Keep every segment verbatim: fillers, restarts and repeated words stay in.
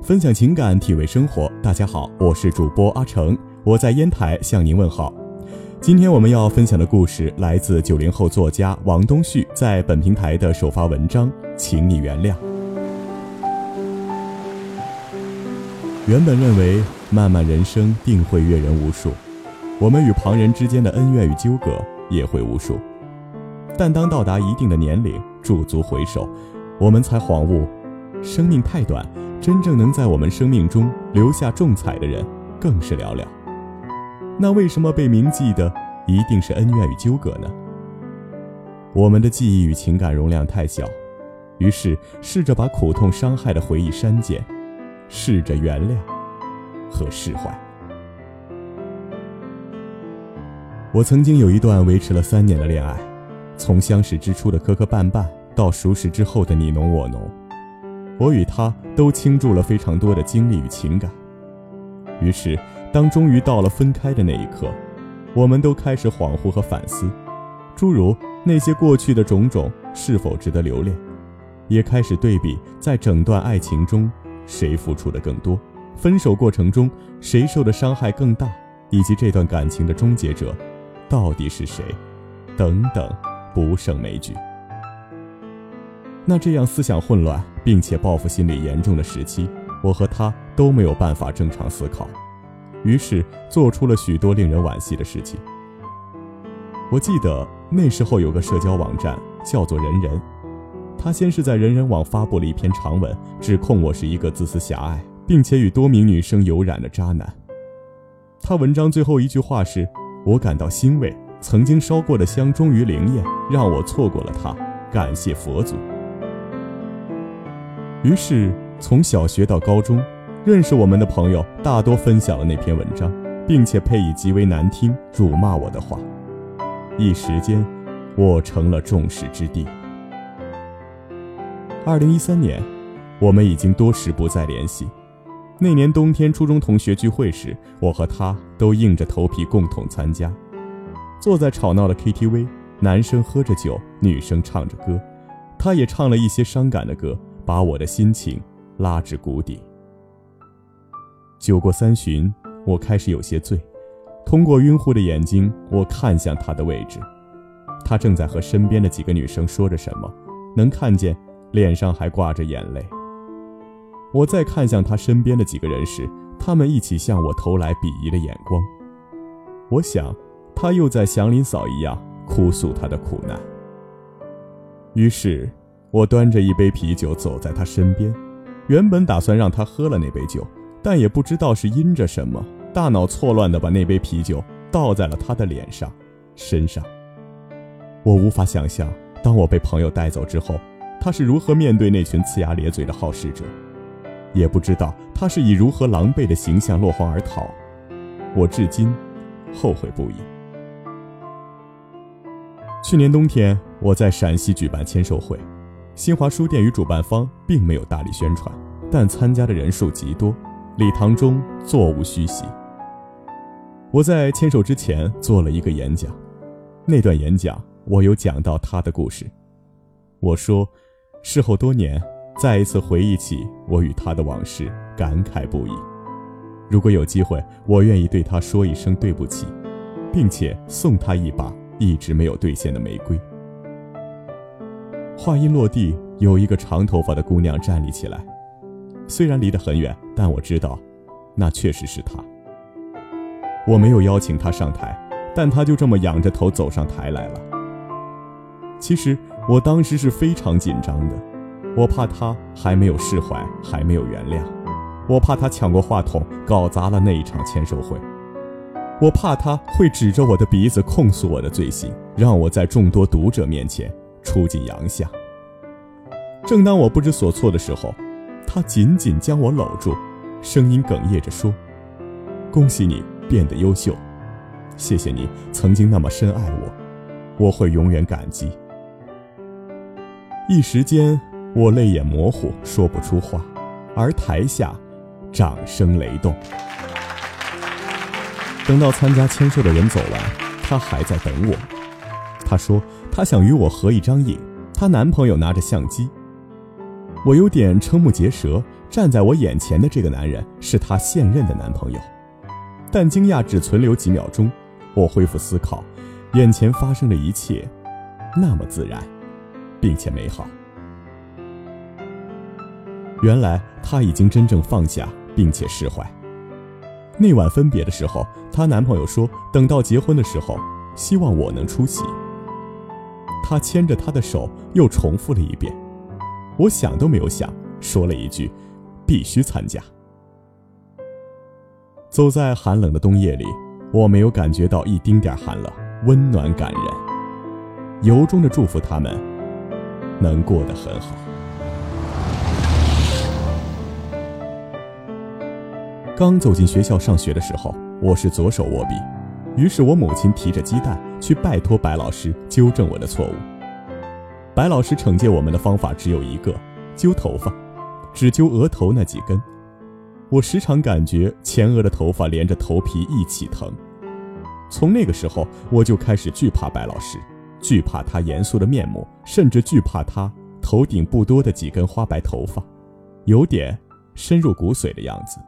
分享情感，体味生活。大家好，我是主播阿成，我在烟台向您问好。今天我们要分享的故事来自九零后作家王东旭在本平台的首发文章，请你原谅。原本认为漫漫人生定会阅人无数，我们与旁人之间的恩怨与纠葛也会无数，但当到达一定的年龄，驻足回首，我们才恍悟，生命太短，真正能在我们生命中留下重彩的人更是寥寥。那为什么被铭记的一定是恩怨与纠葛呢？我们的记忆与情感容量太小，于是试着把苦痛伤害的回忆删减，试着原谅和释怀。我曾经有一段维持了三年的恋爱，从相识之初的磕磕绊绊到熟识之后的你侬我侬，我与他都倾注了非常多的精力与情感。于是当终于到了分开的那一刻，我们都开始恍惚和反思，诸如那些过去的种种是否值得留恋，也开始对比在整段爱情中谁付出的更多，分手过程中谁受的伤害更大，以及这段感情的终结者到底是谁，等等不胜枚举。那这样思想混乱并且报复心理严重的时期，我和他都没有办法正常思考，于是做出了许多令人惋惜的事情。我记得那时候有个社交网站叫做人人，他先是在人人网发布了一篇长文，指控我是一个自私狭隘并且与多名女生有染的渣男。他文章最后一句话是，我感到欣慰，曾经烧过的香终于灵验，让我错过了他，感谢佛祖。于是从小学到高中，认识我们的朋友大多分享了那篇文章，并且配以极为难听辱骂我的话，一时间我成了众矢之的。二零一三年，我们已经多时不再联系。那年冬天初中同学聚会时，我和他都硬着头皮共同参加。坐在吵闹的 K T V， 男生喝着酒，女生唱着歌，他也唱了一些伤感的歌，把我的心情拉至谷底。酒过三巡，我开始有些醉，通过晕乎的眼睛，我看向他的位置，他正在和身边的几个女生说着什么，能看见脸上还挂着眼泪。我再看向他身边的几个人时，他们一起向我投来鄙夷的眼光。我想他又在祥林嫂一样哭诉他的苦难。于是我端着一杯啤酒走在他身边，原本打算让他喝了那杯酒，但也不知道是因着什么，大脑错乱地把那杯啤酒倒在了他的脸上身上。我无法想象，当我被朋友带走之后，他是如何面对那群呲牙咧嘴的好事者，也不知道他是以如何狼狈的形象落荒而逃。我至今后悔不已。去年冬天，我在陕西举办签售会，新华书店与主办方并没有大力宣传，但参加的人数极多，礼堂中座无虚席。我在签售之前做了一个演讲，那段演讲我有讲到他的故事。我说，事后多年，再一次回忆起我与他的往事，感慨不已。如果有机会，我愿意对他说一声对不起，并且送他一把一直没有兑现的玫瑰。话音落地，有一个长头发的姑娘站立起来，虽然离得很远，但我知道那确实是她。我没有邀请她上台，但她就这么仰着头走上台来了。其实我当时是非常紧张的，我怕她还没有释怀，还没有原谅，我怕她抢过话筒搞砸了那一场签售会，我怕她会指着我的鼻子控诉我的罪行，让我在众多读者面前出尽洋相。正当我不知所措的时候，她紧紧将我搂住，声音哽咽着说，恭喜你变得优秀，谢谢你曾经那么深爱我，我会永远感激。一时间我泪眼模糊，说不出话，而台下掌声雷动。等到参加签售的人走完，她还在等我。她说她想与我合一张影，她男朋友拿着相机。我有点瞠目结舌， 站在我眼前的这个男人是她现任的男朋友。但惊讶只存留几秒钟，我恢复思考，眼前发生的一切那么自然并且美好。原来她已经真正放下并且释怀。那晚分别的时候，她男朋友说等到结婚的时候希望我能出席。她牵着她的手又重复了一遍，我想都没有想，说了一句必须参加。走在寒冷的冬夜里，我没有感觉到一丁点寒冷，温暖感人，由衷的祝福他们能过得很好。刚走进学校上学的时候，我是左手握笔，于是我母亲提着鸡蛋去拜托白老师纠正我的错误。白老师惩戒我们的方法只有一个，揪头发，只揪额头那几根。我时常感觉前额的头发连着头皮一起疼。从那个时候，我就开始惧怕白老师，惧怕他严肃的面目，甚至惧怕他头顶不多的几根花白头发，有点深入骨髓的样子。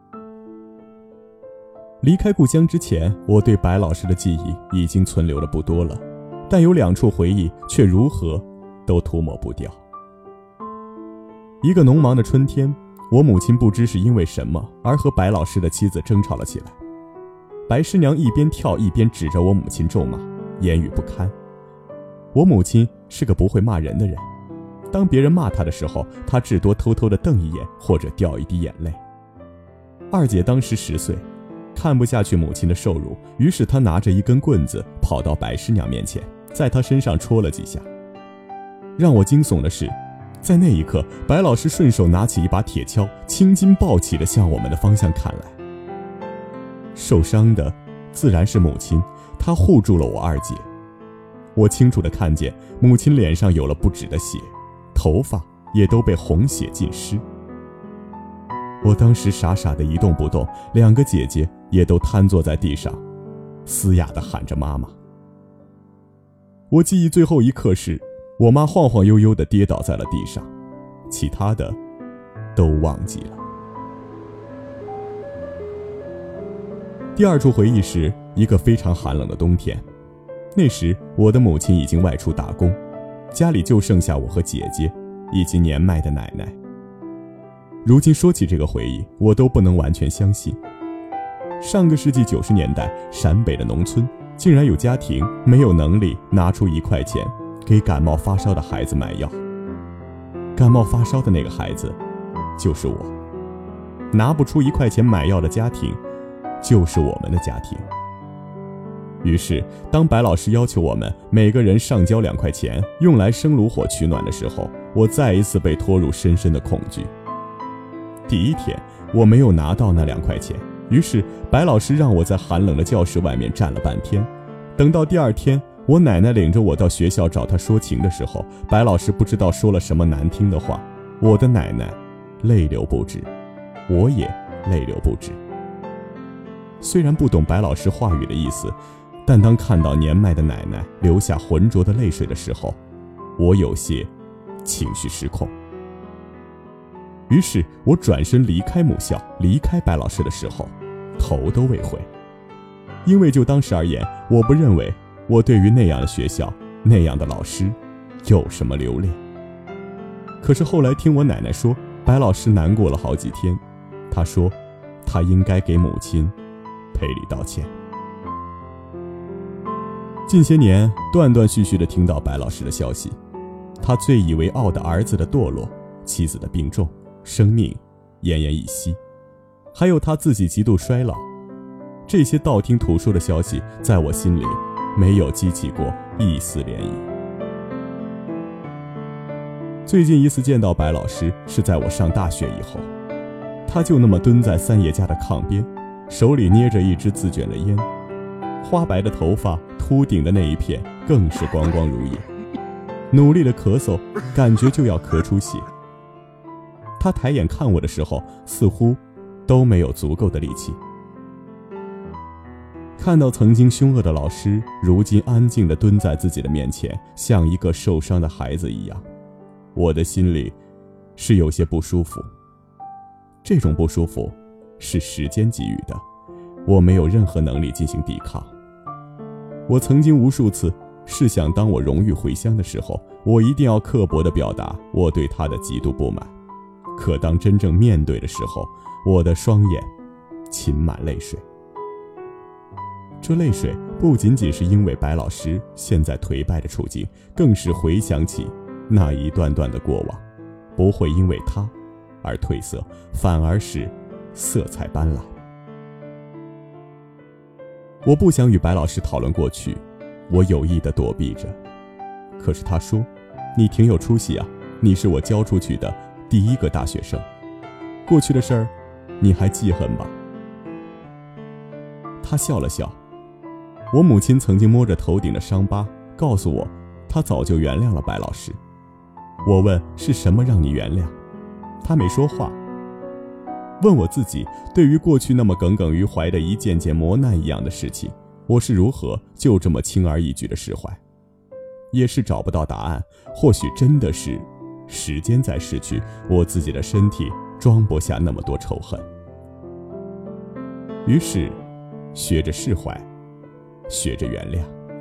离开故乡之前，我对白老师的记忆已经存留的不多了，但有两处回忆却如何都涂抹不掉。一个农忙的春天，我母亲不知是因为什么而和白老师的妻子争吵了起来。白师娘一边跳一边指着我母亲咒骂，言语不堪。我母亲是个不会骂人的人，当别人骂她的时候，她至多偷偷地瞪一眼或者掉一滴眼泪。二姐当时十岁，看不下去母亲的受辱，于是她拿着一根棍子跑到白师娘面前，在她身上戳了几下。让我惊悚的是，在那一刻，白老师顺手拿起一把铁锹，青筋暴起地向我们的方向砍来。受伤的自然是母亲，她护住了我二姐。我清楚地看见母亲脸上有了不止的血，头发也都被红血浸湿。我当时傻傻地一动不动，两个姐姐也都瘫坐在地上，嘶哑地喊着妈妈。我记忆最后一刻是我妈晃晃悠悠地跌倒在了地上，其他的都忘记了。第二处回忆是一个非常寒冷的冬天，那时我的母亲已经外出打工，家里就剩下我和姐姐以及年迈的奶奶。如今说起这个回忆，我都不能完全相信。上个世纪九十年代，陕北的农村竟然有家庭没有能力拿出一块钱给感冒发烧的孩子买药。感冒发烧的那个孩子就是我，拿不出一块钱买药的家庭就是我们的家庭。于是当白老师要求我们每个人上交两块钱用来生炉火取暖的时候，我再一次被拖入深深的恐惧。第一天我没有拿到那两块钱，于是白老师让我在寒冷的教室外面站了半天。等到第二天，我奶奶领着我到学校找她说情的时候，白老师不知道说了什么难听的话，我的奶奶泪流不止，我也泪流不止。虽然不懂白老师话语的意思，但当看到年迈的奶奶流下浑浊的泪水的时候，我有些情绪失控。于是我转身离开母校，离开白老师的时候，头都未回。因为就当时而言，我不认为我对于那样的学校，那样的老师有什么留恋。可是后来听我奶奶说，白老师难过了好几天，她说她应该给母亲赔礼道歉。近些年断断续续地听到白老师的消息，他最以为傲的儿子的堕落，妻子的病重，生命奄奄一息，还有他自己极度衰老。这些道听途说的消息在我心里没有激起过一丝涟漪。最近一次见到白老师是在我上大学以后，他就那么蹲在三爷家的炕边，手里捏着一支自卷的烟，花白的头发秃顶的那一片更是光光如也，努力的咳嗽，感觉就要咳出血。他抬眼看我的时候，似乎都没有足够的力气。看到曾经凶恶的老师，如今安静地蹲在自己的面前，像一个受伤的孩子一样，我的心里是有些不舒服。 这种不舒服是时间给予的，我没有任何能力进行抵抗。我曾经无数次试想，当我荣誉回乡的时候，我一定要刻薄地表达我对他的极度不满。可当真正面对的时候，我的双眼噙满泪水。这泪水不仅仅是因为白老师现在颓败的处境，更是回想起那一段段的过往，不会因为他而褪色，反而是色彩斑斓。我不想与白老师讨论过去，我有意地躲避着。可是他说，你挺有出息啊，你是我教出去的第一个大学生，过去的事儿你还记恨吧？他笑了笑。我母亲曾经摸着头顶的伤疤，告诉我她早就原谅了白老师。我问是什么让你原谅，她没说话。问我自己，对于过去那么耿耿于怀的一件件磨难一样的事情，我是如何就这么轻而易举的释怀？也是找不到答案，或许真的是时间在逝去，我自己的身体装不下那么多仇恨。于是学着释怀，学着原谅。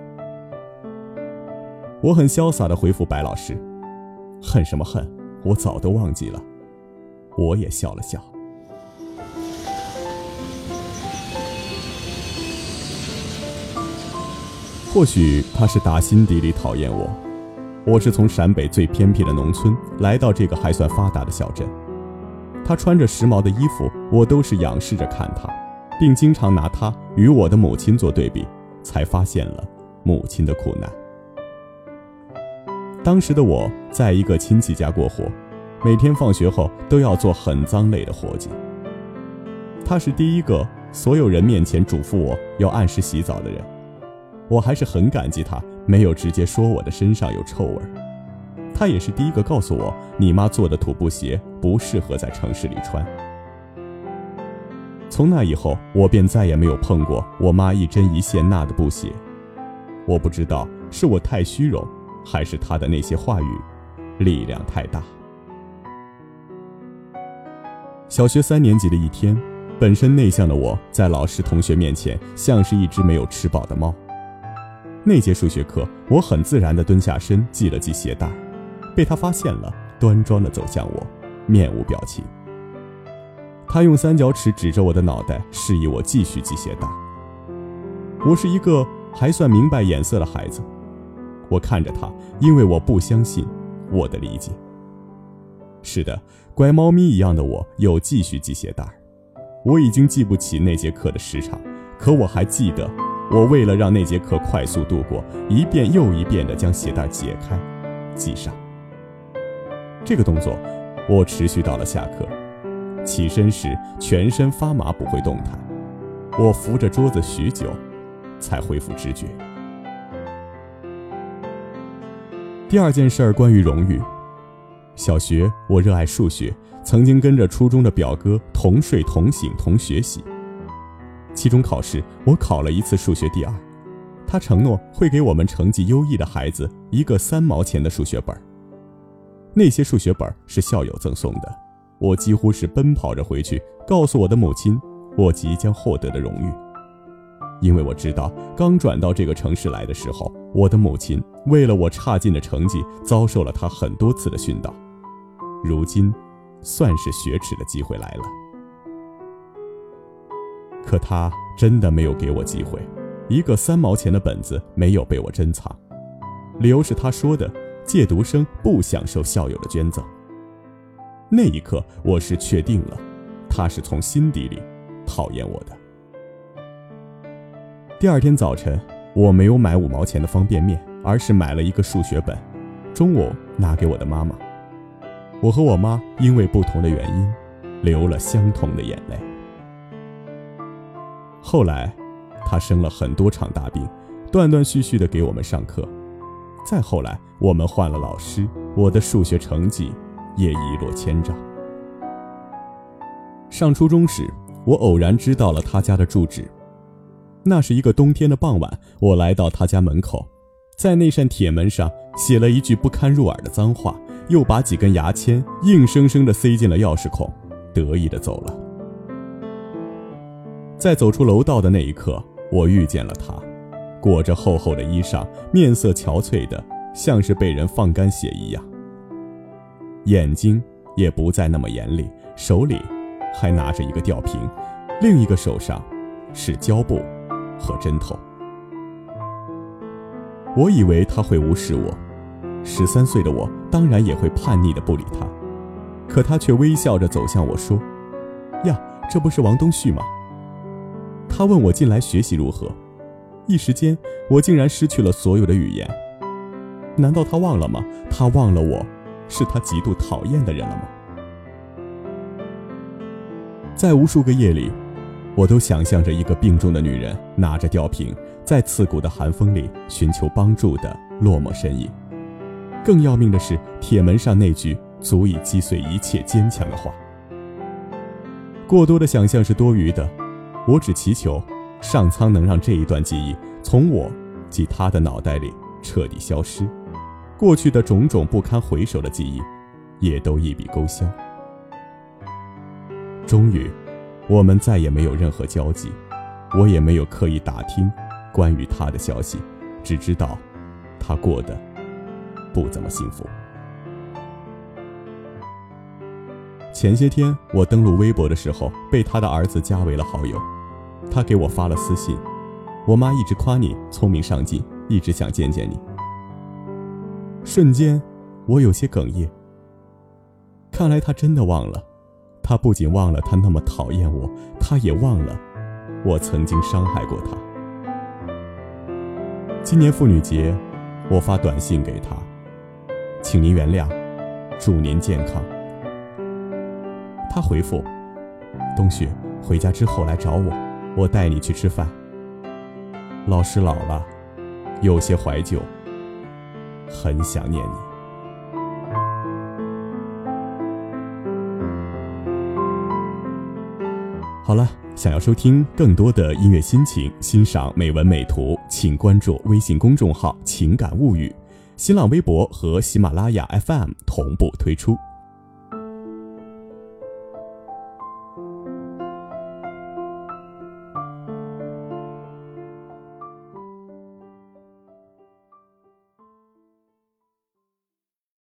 我很潇洒地回复白老师，恨什么恨，我早都忘记了。我也笑了笑。或许他是打心底里讨厌我。我是从陕北最偏僻的农村来到这个还算发达的小镇。他穿着时髦的衣服，我都是仰视着看他，并经常拿他与我的母亲做对比，才发现了母亲的苦难。当时的我在一个亲戚家过活，每天放学后都要做很脏累的活计。他是第一个所有人面前嘱咐我要按时洗澡的人。我还是很感激他没有直接说我的身上有臭味。他也是第一个告诉我，你妈做的土布鞋不适合在城市里穿。从那以后，我便再也没有碰过我妈一针一线纳的布鞋。我不知道是我太虚荣，还是她的那些话语力量太大。小学三年级的一天，本身内向的我在老师同学面前像是一只没有吃饱的猫。那节数学课，我很自然地蹲下身系了系鞋带，被他发现了，端庄地走向我，面无表情。他用三角尺指着我的脑袋，示意我继续系鞋带。我是一个还算明白眼色的孩子，我看着他，因为我不相信我的理解。是的，乖猫咪一样的我有继续系鞋带。我已经记不起那节课的时长，可我还记得，我为了让那节课快速度过，一遍又一遍地将鞋带解开系上。这个动作我持续到了下课。起身时全身发麻，不会动弹。我扶着桌子许久才恢复知觉。第二件事儿关于荣誉。小学我热爱数学，曾经跟着初中的表哥同睡同醒同学习。期中考试我考了一次数学第二，他承诺会给我们成绩优异的孩子一个三毛钱的数学本。那些数学本是校友赠送的，我几乎是奔跑着回去告诉我的母亲我即将获得的荣誉。因为我知道刚转到这个城市来的时候，我的母亲为了我差劲的成绩遭受了她很多次的训导，如今算是雪耻的机会来了。可他真的没有给我机会，一个三毛钱的本子没有被我珍藏，理由是他说的借读生不享受校友的捐赠。那一刻我是确定了，他是从心底里讨厌我的。第二天早晨，我没有买五毛钱的方便面，而是买了一个数学本，中午拿给我的妈妈。我和我妈因为不同的原因流了相同的眼泪。后来她生了很多场大病，断断续续地给我们上课。再后来我们换了老师，我的数学成绩也一落千丈。上初中时，我偶然知道了他家的住址。那是一个冬天的傍晚，我来到他家门口，在那扇铁门上写了一句不堪入耳的脏话，又把几根牙签硬生生地塞进了钥匙孔， 得意地走了。在走出楼道的那一刻，我遇见了他，裹着厚厚的衣裳，面色憔悴的像是被人放干血一样，眼睛也不再那么严厉，手里还拿着一个吊瓶，另一个手上是胶布和针头。我以为他会无视我，十三岁的我当然也会叛逆的不理他，可他却微笑着走向我说：呀，这不是王东旭吗？他问我近来学习如何，一时间我竟然失去了所有的语言。难道他忘了吗？他忘了我是他极度讨厌的人了吗？在无数个夜里，我都想象着一个病重的女人拿着吊瓶，在刺骨的寒风里寻求帮助的落寞身影。更要命的是，铁门上那句足以击碎一切坚强的话。过多的想象是多余的，我只祈求上苍能让这一段记忆从我及他的脑袋里彻底消失，过去的种种不堪回首的记忆也都一笔勾销。终于，我们再也没有任何交集，我也没有刻意打听关于他的消息，只知道他过得不怎么幸福。前些天我登录微博的时候，被他的儿子加为了好友，他给我发了私信：我妈一直夸你聪明上进，一直想见见你。瞬间我有些哽咽，看来他真的忘了，他不仅忘了他那么讨厌我，他也忘了我曾经伤害过他。今年妇女节，我发短信给他：请您原谅，祝您健康。他回复：东旭，回家之后来找我，我带你去吃饭。老师老了，有些怀旧，很想念你。好了，想要收听更多的音乐心情，欣赏美文美图，请关注微信公众号情感物语，新浪微博和喜马拉雅 F M 同步推出。